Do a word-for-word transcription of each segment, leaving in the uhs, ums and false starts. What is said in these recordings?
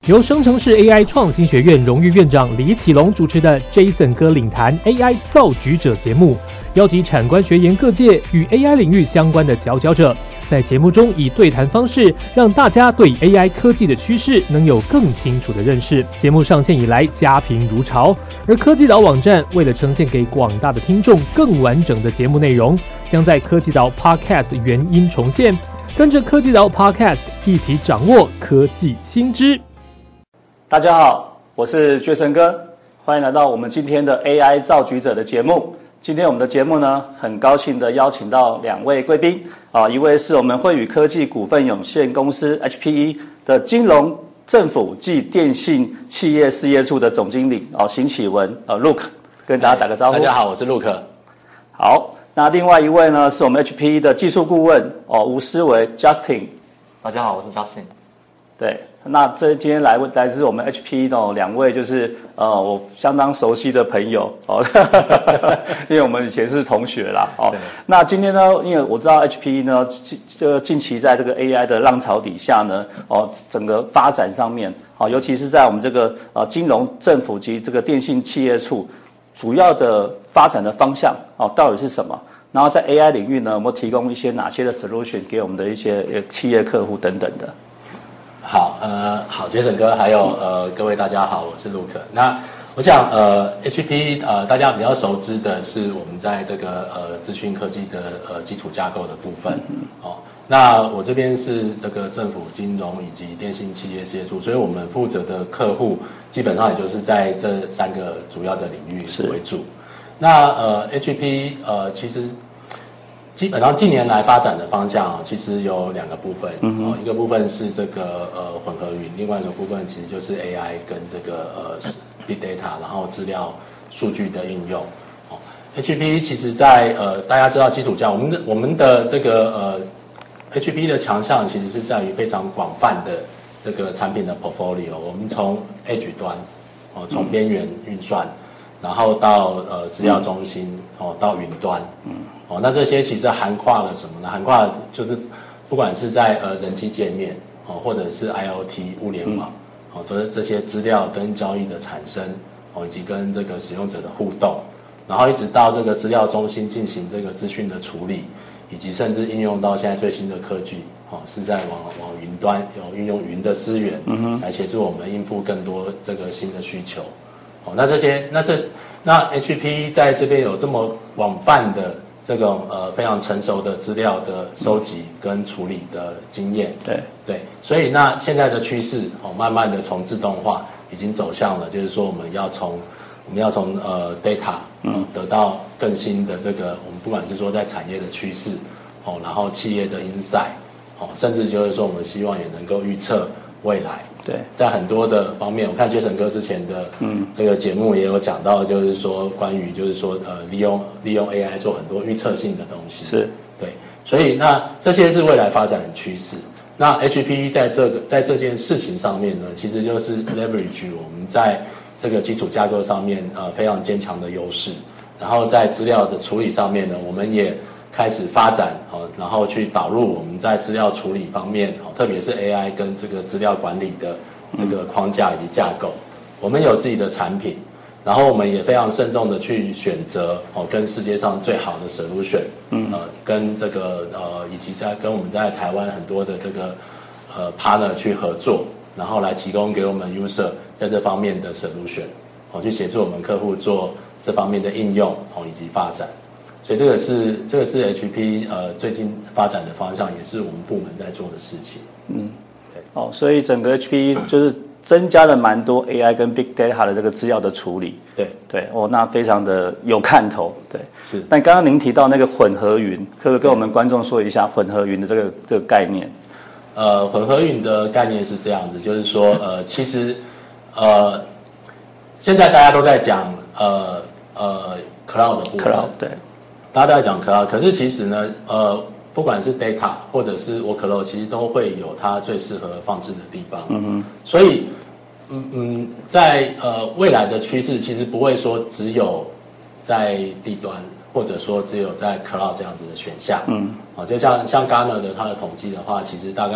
由生成式 A I 创新学院荣誉院长李启龙主持的 Jason 哥领谈 A I 造局者节目，邀集产官学研各界与 A I 领域相关的佼佼者，在节目中以对谈方式，让大家对 A I 科技的趋势能有更清楚的认识。节目上线以来，佳评如潮，而科技岛网站为了呈现给广大的听众更完整的节目内容，将在科技岛 Podcast 原音重现，跟着科技岛 Podcast 一起掌握科技新知。 大家好，我是Jason哥，欢迎来到我们今天的 A I 造局者的节目。今天我们的节目呢，很高兴的邀请到两位贵宾啊，一位是我们惠宇科技股份有限公司 H P E 的金融、政府及电信企业事业处的总经理啊，邢启文呃 Luke， 跟大家打个招呼。 大家好，我是 Luke。 好，那另外一位呢，是我们 H P E 的技术顾问哦，吴思维 Justin。 大家好，我是 Justin。 对。那这今天来来自我们 H P E 的两位就是呃我相当熟悉的朋友哦，因为我们以前是同学啦哦。那今天呢，因为我知道 H P E 呢，就近期在这个 A I 的浪潮底下呢，哦整个发展上面，哦尤其是在我们这个呃金融、政府及这个电信企业处，主要的发展的方向哦到底是什么？然后在 A I 领域呢，有没有提供一些哪些的 solution 给我们的一些企业客户等等的？ 好，呃，好，杰森哥，还有呃，各位大家好，我是 Luke。那我想，呃 ，H P E 呃，大家比较熟知的是我们在这个呃资讯科技的呃基础架构的部分，哦，那我这边是这个政府、金融以及电信企业事业处，所以我们负责的客户基本上也就是在这三个主要的领域为主。那呃 ，H P E 呃，其实。基本上近年来发展的方向啊，其实有两个部分，嗯哦，一个部分是这个呃混合云，另外一个部分其实就是 A I 跟这个呃 Big Data， 然后资料数据的应用。哦 ，H P E 其实在呃大家知道基础架，我们的我们的这个呃 H P E 的强项其实是在于非常广泛的这个产品的 portfolio。我们从 Edge 端，哦，从边缘运算，然后到呃资料中心，哦，到云端，嗯。哦，那这些其实涵跨了什么呢？涵跨了就是不管是在呃人机界面，哦，或者是 I O T 物联网，哦，这这些资料跟交易的产生，哦，以及跟这个使用者的互动，然后一直到这个资料中心进行这个资讯的处理，以及甚至应用到现在最新的科技，哦，是在往往云端有运用云的资源，嗯哼，来协助我们应付更多这个新的需求。哦，那这些那这那 H P E 在这边有这么广泛的这种呃非常成熟的资料的收集跟处理的经验， 对对，所以那现在的趋势哦，慢慢的从自动化已经走向了，就是说我们要从我们要从呃 data 嗯得到更新的这个我们不管是说在产业的趋势哦，然后企业的 insight 哦，甚至就是说我们希望也能够预测未来。 对， 在很多的方面，我看杰森哥之前的嗯这个节目也有讲到，就是说关于就是说呃利用利用 A I 做很多预测性的东西， 是对，所以那这些是未来发展的趋势。那 H P E 在这个在这件事情上面呢，其实就是 leverage 我们在这个基础架构上面呃非常坚强的优势，然后在资料的处理上面呢，我们也开始发展哦，然后去导入我们在资料处理方面哦，特别是 A I 跟这个资料管理的这个框架以及架构，我们有自己的产品，然后我们也非常慎重的去选择哦，跟世界上最好的 solution， 嗯，呃，跟这个呃，以及在跟我们在台湾很多的这个呃 partner 去合作，然后来提供给我们 user 在这方面的 solution， 哦，去协助我们客户做这方面的应用哦以及发展。所以这个是这个是 H P 呃最近发展的方向，也是我们部门在做的事情。嗯， 对。哦，所以整个 H P 就是增加了蛮多 A I 跟 Big Data 的这个资料的处理。 对对，哦，那非常的有看头。对， 是。 但刚刚您提到那个混合云，可不可以跟我们观众说一下混合云的这个这个概念？ 呃，混合云的概念是这样子，就是说呃，其实呃，现在大家都在讲呃呃 cloud 的部分。 cloud 对。 大家都在讲 cloud， 可是其实呢，呃，不管是 data 或者是 workload， 其实都会有它最适合放置的地方。嗯哼。所以，嗯嗯，在呃未来的趋势，其实不会说只有在地端，或者说只有在 cloud 这样子的选项。嗯。啊，就像像 Gartner 的它的统计的话，其实大概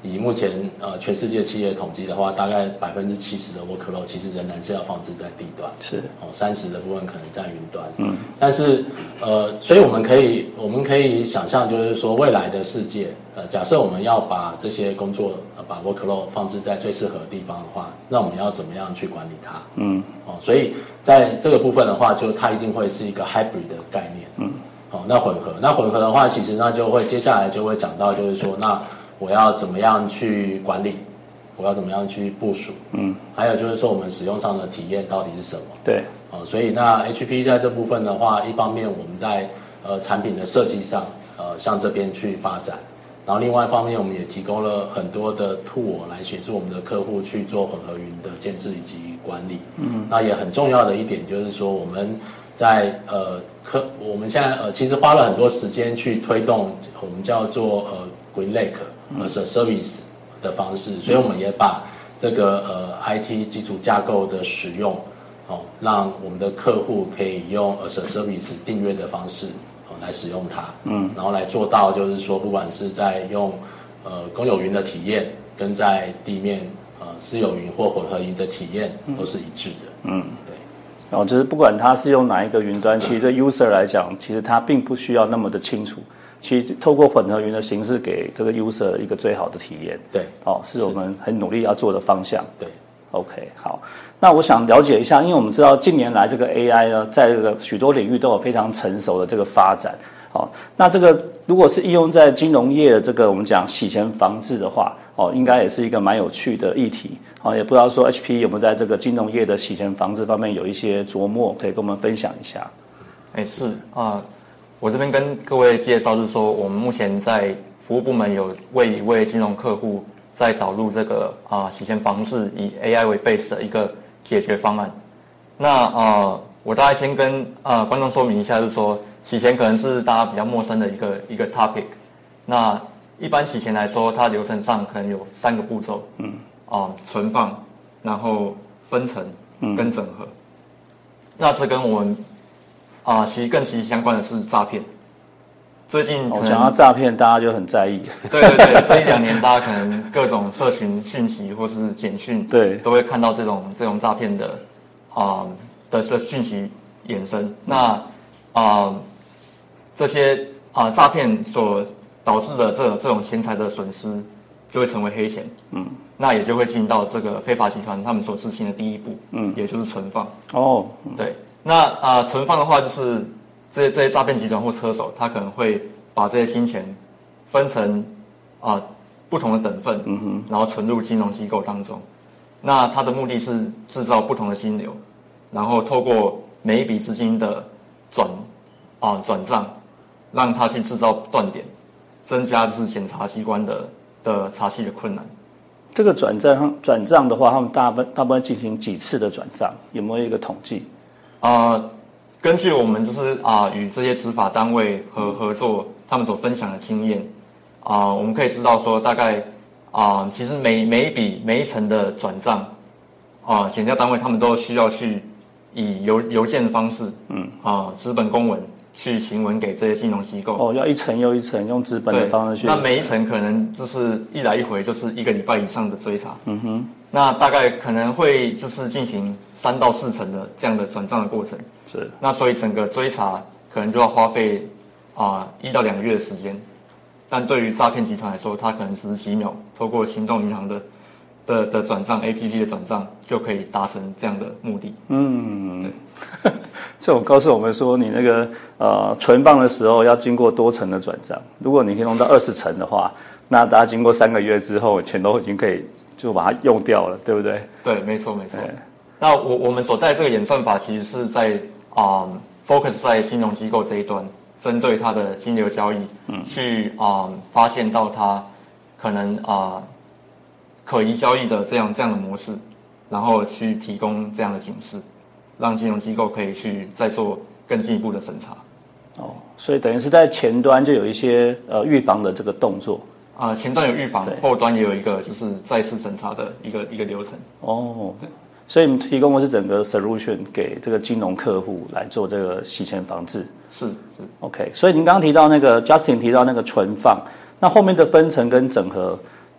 以目前呃全世界企业统计的话，大概百分之七十的 workload 其实仍然是要放置在地端， 是哦，三十的部分可能在云端。嗯，但是呃，所以我们可以我们可以想象，就是说未来的世界，呃，假设我们要把这些工作、呃、把 workload 放置在最适合的地方的话，那我们要怎么样去管理它？嗯，哦，所以在这个部分的话，就它一定会是一个 hybrid 的概念。嗯。好，那混合，那混合的话，其实那就会接下来就会讲到，就是说，那我要怎么样去管理，我要怎么样去部署，嗯，还有就是说，我们使用上的体验到底是什么？ 对， 哦，所以那 H P 在这部分的话，一方面我们在呃产品的设计上，呃向这边去发展，然后另外一方面我们也提供了很多的 tool 来协助我们的客户去做混合云的建制以及管理，嗯，那也很重要的一点就是说我们。在呃科，我们现在呃其实花了很多时间去推动我们叫做呃 Green Lake as a Service 的方式，所以我们也把这个呃 I T 基础架构的使用，哦，让我们的客户可以用 as a Service 订阅的方式，哦，来使用它，嗯，然后来做到就是说，不管是在用呃公有云的体验，跟在地面呃私有云或混合云的体验都是一致的，嗯，对。 然后就是不管它是用哪一个云端，其实对 user 来讲，其实它并不需要那么的清楚。其实透过混合云的形式，给这个 user 一个最好的体验。 对， 哦，是我们很努力要做的方向。 对 ，OK， 好。那我想了解一下，因为我们知道近年来这个 A I 呢，在这个许多领域都有非常成熟的这个发展。好，那这个如果是应用在金融业的这个我们讲洗钱防治的话，哦，应该也是一个蛮有趣的议题。好，也不知道说 H P 有没有在这个金融业的洗钱防治方面有一些琢磨，可以跟我们分享一下。 哎，是啊、呃，我这边跟各位介绍是说，我们目前在服务部门有为一位金融客户在导入这个啊、呃、洗钱防治以 A I 为 base 的一个解决方案。那呃，我大概先跟呃观众说明一下，就是说洗钱可能是大家比较陌生的一个一个 topic。那一般洗钱来说，它流程上可能有三个步骤，嗯，啊、呃，存放，然后分层跟整合。嗯、那这跟我们啊、呃，其实更息息相关的是诈骗。最近可能讲、哦、到诈骗，大家就很在意。 对对对，这一两年大家可能各种社群讯息或是简讯， 对， 都会看到这种这种诈骗的啊、呃、的的讯息衍生。那啊、呃、这些啊、呃、诈骗所导致的这这种钱财的损失，就会成为黑钱。嗯，那也就会进到这个非法集团他们所执行的第一步，嗯，也就是存放。 哦， 对，那啊、呃、存放的话，就是这些这些诈骗集团或车手，他可能会把这些金钱分成啊、呃、不同的等份，嗯哼，然后存入金融机构当中。那他的目的是制造不同的金流，然后透过每一笔资金的转啊转账，让他去制造断点。增加就是检察机关的的查缉的困难。 这个转账转账的话，他们大部大部分进行几次的转账？有没有一个统计？ 呃，根据我们就是啊、呃、与这些执法单位和合作，他们所分享的经验啊、呃，我们可以知道说，大概啊、呃，其实每每一笔每一层的转账啊，检调单位他们都需要去以邮邮件的方式，嗯啊，纸、呃、本公文。去行文给这些金融机构哦，要一层又一层用纸本的方式去。 那每一层可能就是一来一回就是一个礼拜以上的追查。嗯哼。那大概可能会就是进行三到四层的这样的转账的过程。 是。 那所以整个追查可能就要花费啊一、呃、到两个月的时间，但对于诈骗集团来说，它可能只是几秒，透过行动银行的的的转账 A P P 的转账就可以达成这样的目的。嗯，对。 这种告诉我们说，你那个呃存放的时候要经过多层的转账。如果你可以弄到二十层的话，那大家经过三个月之后，钱都已经可以就把它用掉了，对不对？ 对，没错没错。那我我们所带这个演算法，其实是在啊、呃、focus 在金融机构这一端，针对它的金流交易，嗯，去啊、呃、发现到它可能啊、呃、可疑交易的这样这样的模式，然后去提供这样的警示。让金融机构可以去再做更进一步的审查。 哦，所以等于是在前端就有一些呃预防的这个动作。 啊、呃，前端有预防，后端也有一个就是再次审查的一个一个流程。 哦，对，所以你们提供的是整个 solution 给这个金融客户来做这个洗钱防治。 是是 ，OK。所以您刚刚提到那个 Justin 提到那个存放，那后面的分层跟整合，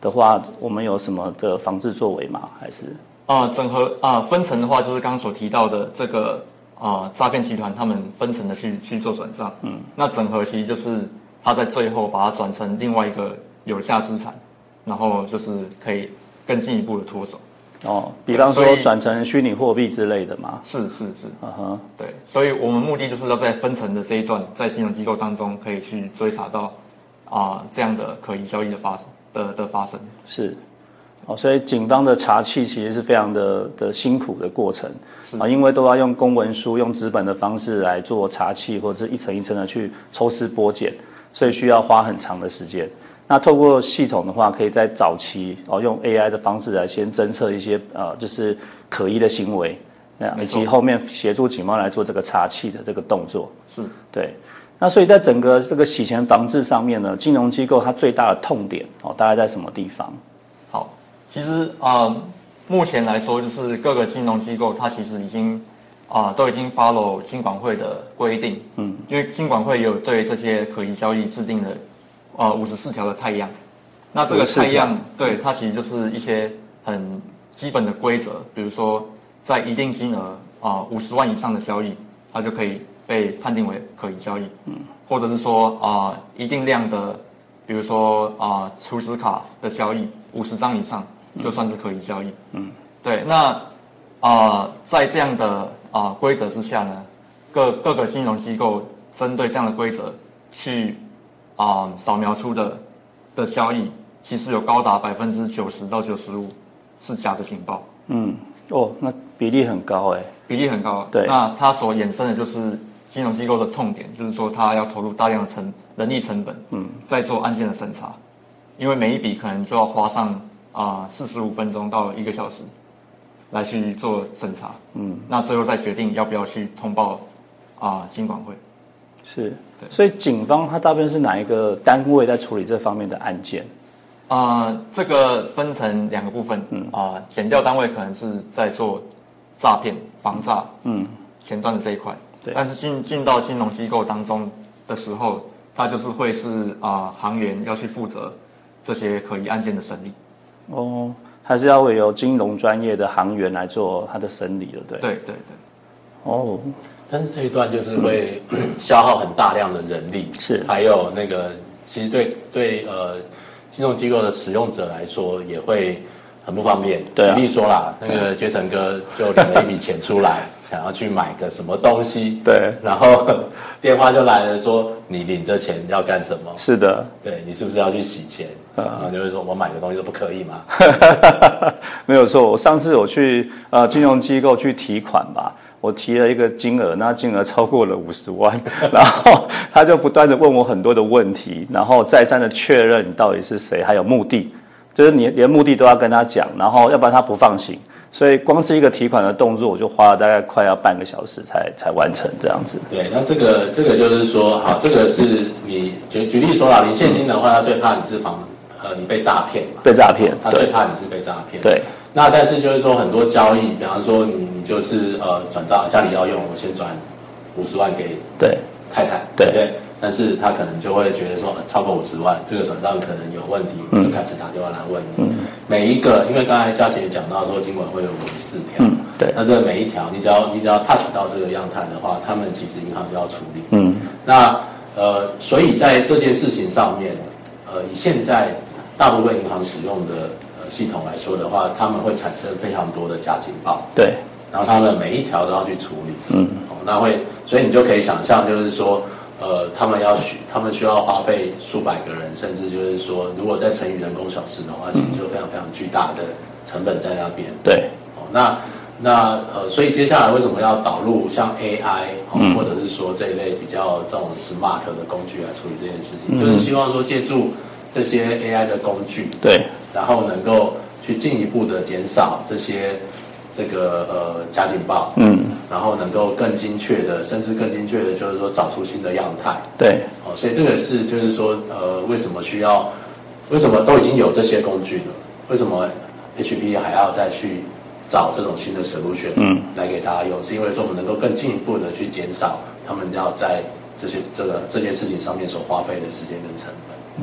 的话，我们有什么的防治作为吗？还是啊、呃，整合啊、呃、分层的话，就是刚刚所提到的这个啊诈骗集团他们分层的去去做转账。嗯，那整合其实就是他在最后把它转成另外一个有价资产，然后就是可以更进一步的脱手。 哦，比方说转成虚拟货币之类的嘛？ 是是是， 嗯哼， 对，所以我们目的就是要在分层的这一段，在金融机构当中可以去追查到啊、呃、这样的可疑交易的发生的的发生。 是。哦，所以警方的查缉其实是非常的的辛苦的过程啊，因为都要用公文书、用纸本的方式来做查缉，或者是一层一层的去抽丝剥茧，所以需要花很长的时间。那透过系统的话，可以在早期哦用 A I 的方式来先侦测一些呃就是可疑的行为，那以及后面协助警方来做这个查缉的这个动作。 是， 对。那所以在整个这个洗钱防治上面呢，金融机构它最大的痛点哦，大概在什么地方？ 好。其实啊、呃，目前来说，就是各个金融机构，它其实已经啊、呃、都已经 follow 金管会的规定，嗯，因为金管会也有对这些可疑交易制定了呃五十四条的态样。那这个态样，对它其实就是一些很基本的规则，比如说在一定金额啊五十万以上的交易，它就可以被判定为可疑交易，嗯，或者是说啊、呃、一定量的，比如说啊储值卡的交易五十张以上。就算是可疑交易，嗯，对。那啊、呃，在这样的啊、呃、规则之下呢，各各个金融机构针对这样的规则去啊、呃、扫描出的的交易，其实有高达百分之九十到九十五是假的警报。 嗯，哦，那比例很高哎， 比例很高。 对， 那它所衍生的就是金融机构的痛点，就是说它要投入大量的成人力成本，嗯，在做案件的审查，因为每一笔可能就要花上。啊，四十五分钟到一个小时，来去做审查，嗯，那最后再决定要不要去通报啊金管会。 是，对，所以警方它大部分是哪一个单位在处理这方面的案件？ 啊、呃，这个分成两个部分，嗯啊、呃，检调单位可能是在做诈骗、防诈，嗯，前端的这一块，对，但是进进到金融机构当中的时候，它就是会是啊、呃、行员要去负责这些可疑案件的审理。 哦，还是要由金融专业的行员来做他的审理，对不对？ 对对对。 哦， 但是这一段就是会、嗯、消耗很大量的人力， 是， 还有那个其实对对呃金融机构的使用者来说也会很不方便。 对、啊， 举例说啦，那个杰成哥就领了一笔钱出来，想要去买个什么东西， 对， 然后电话就来了说你领这钱要干什么？ 是的， 对你是不是要去洗钱？然后你会说我买个东西都不可以吗？ 没有错，我上次我去呃金融机构去提款吧，我提了一个金额，那金额超过了五十万，然后他就不断的问我很多的问题，然后再三的确认你到底是谁，还有目的，就是你连目的都要跟他讲，然后要不然他不放行。所以光是一个提款的动作，我就花了大概快要半个小时才才完成这样子。 对，那这个这个就是说，好，这个是你举举例说啦，领现金的话，他最怕你是防呃你被诈骗嘛， 被诈骗， 他最怕你是被诈骗。 对。 那但是就是说很多交易，比方说你你就是呃转账家里要用，我先转五十万给对太太， 对不对？但是他可能就会觉得说、呃、超过五十万，这个转账可能有问题，嗯、就开始打电话来问你。嗯、每一个，因为刚才嘉琪也讲到说，金管会有五十四条， 嗯，对。 那这每一条，你只要你只要 touch 到这个样态的话，他们其实银行就要处理。 嗯， 那呃，所以在这件事情上面，呃，以现在大部分银行使用的呃系统来说的话，他们会产生非常多的假警报。 对。 然后他们每一条都要去处理。 嗯， 哦，那会，所以你就可以想象，就是说。呃，他们要需，他们需要花费数百个人，甚至就是说，如果再乘以人工小时的话，其实就非常非常巨大的成本在那边。 对， 哦，那那呃，所以接下来为什么要导入像 A I，哦嗯、或者是说这一类比较这种 smart 的工具来处理这件事情，嗯、就是希望说借助这些 A I 的工具， 对， 然后能够去进一步的减少这些。这个呃假警报，嗯，然后能够更精确的，甚至更精确的，就是说找出新的样态， 对， 哦，所以这个是就是说呃为什么需要，为什么都已经有这些工具了，为什么 H P 还要再去找这种新的 solution，嗯，来给大家用，是因为说我们能够更进一步的去减少他们要在这些这个这件事情上面所花费的时间跟成本。 嗯，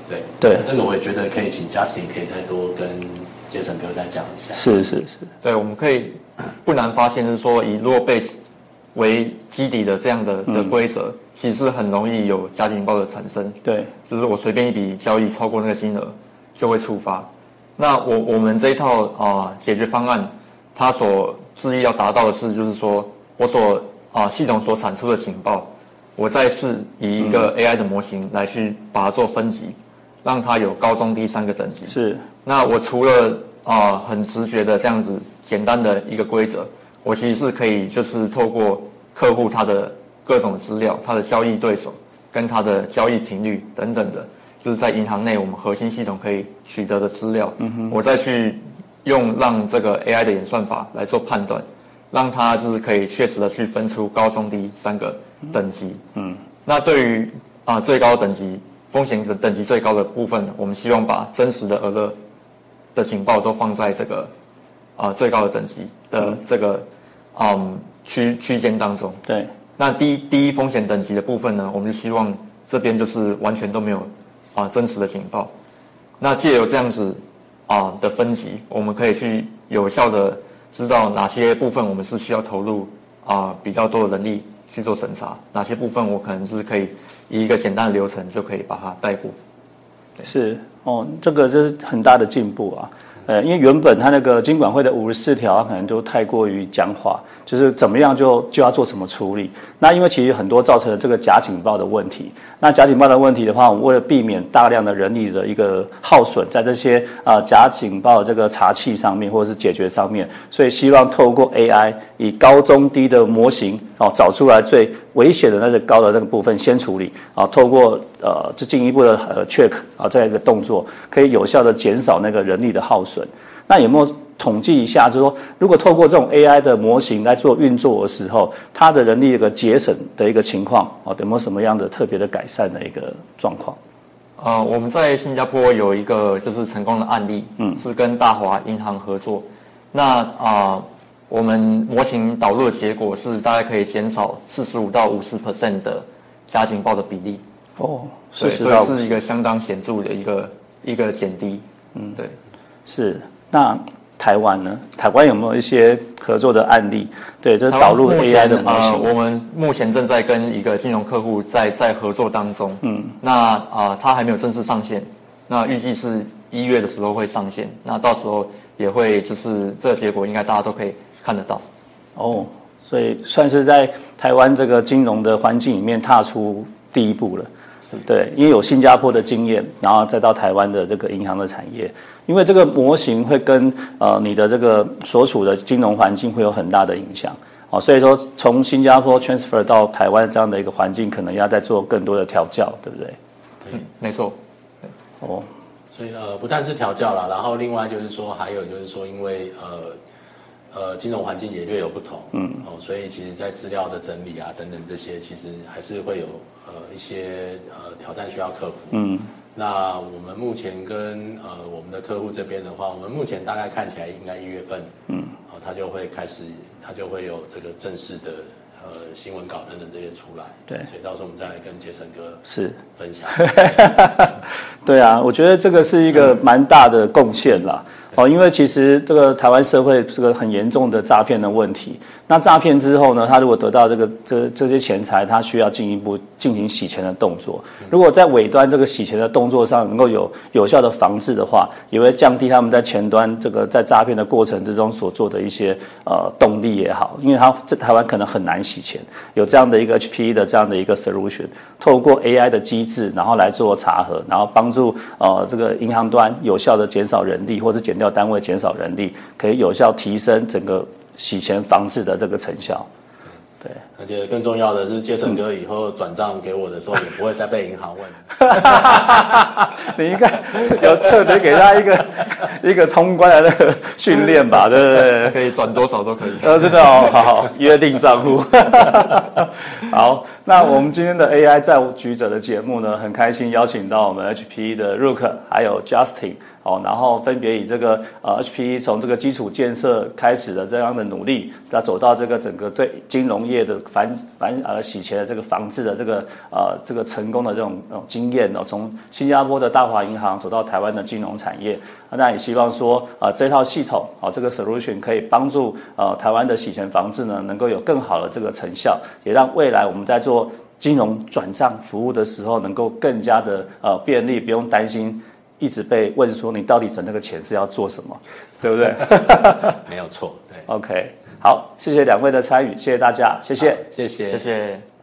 对对， 这个我也觉得可以请 Justin 可以再多跟杰森哥再讲一下。 是是是， 对，我们可以不难发现，就是说以 raw base 为基底的这样的的规则，嗯、其实很容易有假警报的产生。 对， 就是我随便一笔交易超过那个金额，就会触发。那我我们这一套啊、呃、解决方案，它所致力要达到的是，就是说我所啊、呃、系统所产出的警报，我再是以一个 A I 的模型来去把它做分级，让它有高中低三个等级。 是。 那我除了啊、呃、很直觉的这样子简单的一个规则，我其实是可以就是透过客户他的各种资料、他的交易对手跟他的交易频率等等的，就是在银行内我们核心系统可以取得的资料，嗯哼，我再去用让这个 A I 的演算法来做判断，让它就是可以确实的去分出高中低三个等级。嗯，那对于啊、呃、最高等级风险的等级最高的部分，我们希望把真实的额勒的警报都放在这个啊、呃、最高的等级的这个嗯区区间当中。 对。 那低低风险等级的部分呢，我们就希望这边就是完全都没有啊、呃、真实的警报。那借由这样子啊、呃、的分级，我们可以去有效的知道哪些部分我们是需要投入啊、呃、比较多的人力去做审查，哪些部分我可能是可以以一个简单的流程就可以把它带过。 是哦，这个就是很大的进步啊。呃，因为原本他那个金管会的五十四条，可能都太过于僵化，就是怎么样就就要做什么处理。那因为其实很多造成了这个假警报的问题。那假警报的问题的话，我们为了避免大量的人力的一个耗损在这些啊、呃、假警报的这个查器上面或者是解决上面，所以希望透过 A I 以高中低的模型哦找出来最危险的那个高的那个部分先处理啊，透过呃就进一步的呃 check 啊这样一个动作，可以有效的减少那个人力的耗损。那有没有统计一下，就是说，如果透过这种 A I 的模型来做运作的时候，它的人力一个节省的一个情况，哦，有没有什么样的特别的改善的一个状况？ 呃，我们在新加坡有一个就是成功的案例，嗯，是跟大华银行合作。那啊、呃，我们模型导入的结果是大概可以减少四十五到五十 percent 的假警报的比例。 哦， 所以是一个相当显著的一个一个减低。嗯，对， 是。那台湾呢？台湾有没有一些合作的案例？对，就是导入 A I 的模型。 呃，我们目前正在跟一个金融客户在在合作当中。嗯，那啊、呃，它还没有正式上线。那预计是一月的时候会上线。那到时候也会就是这个结果，应该大家都可以看得到。 哦，所以算是在台湾这个金融的环境里面踏出第一步了。对，因为有新加坡的经验，然后再到台湾的这个银行的产业，因为这个模型会跟呃你的这个所处的金融环境会有很大的影响，哦，所以说从新加坡 transfer 到台湾这样的一个环境，可能要再做更多的调教，对不对？ 嗯，没错。 哦， 所以呃，不但是调教啦，然后另外就是说，还有就是说，因为呃。呃，金融环境也略有不同，嗯，哦，所以其实在资料的整理啊等等这些，其实还是会有呃一些呃挑战需要克服，嗯，那我们目前跟呃我们的客户这边的话，我们目前大概看起来应该一月份，嗯，哦，他就会开始，他就会有这个正式的呃新闻稿等等这些出来， 对， 所以到时候我们再来跟杰森哥是分享， 对啊，我觉得这个是一个蛮大的贡献啦。哦，因为其实这个台湾社会这个很严重的诈骗的问题，那诈骗之后呢，他如果得到这个这这些钱财，他需要进一步进行洗钱的动作。如果在尾端这个洗钱的动作上能够有有效的防治的话，也会降低他们在前端这个在诈骗的过程之中所做的一些呃动力也好，因为他在台湾可能很难洗钱，有这样的一个 H P E 的这样的一个 solution， 透过 A I 的机制，然后来做查核，然后帮助呃这个银行端有效的减少人力，或是减掉单位减少人力，可以有效提升整个洗钱防治的这个成效。对， 而且更重要的是，杰森哥以后转账给我的时候，也不会再被银行问。 你应该有特别给他一个一个通关的那个训练吧，对不对？ 可以转多少都可以。 呃，真的哦，好好约定账户。好，那我们今天的 A I 债务局者的节目呢，很开心邀请到我们 H P E 的 Rook 还有 Justin。 哦，然后分别以这个呃 H P E 从这个基础建设开始的这样的努力，那走到这个整个对金融业的反反呃洗钱的这个防治的这个呃这个成功的这种这种经验哦，从新加坡的大华银行走到台湾的金融产业，那也希望说呃这套系统哦这个 solution 可以帮助呃台湾的洗钱防治呢能够有更好的这个成效，也让未来我们在做金融转账服务的时候能够更加的呃便利，不用担心一直被问说你到底转那个钱是要做什么，对不对？ 没有错，对。 OK， 好，谢谢两位的参与，谢谢大家，谢谢， 谢谢， 谢谢。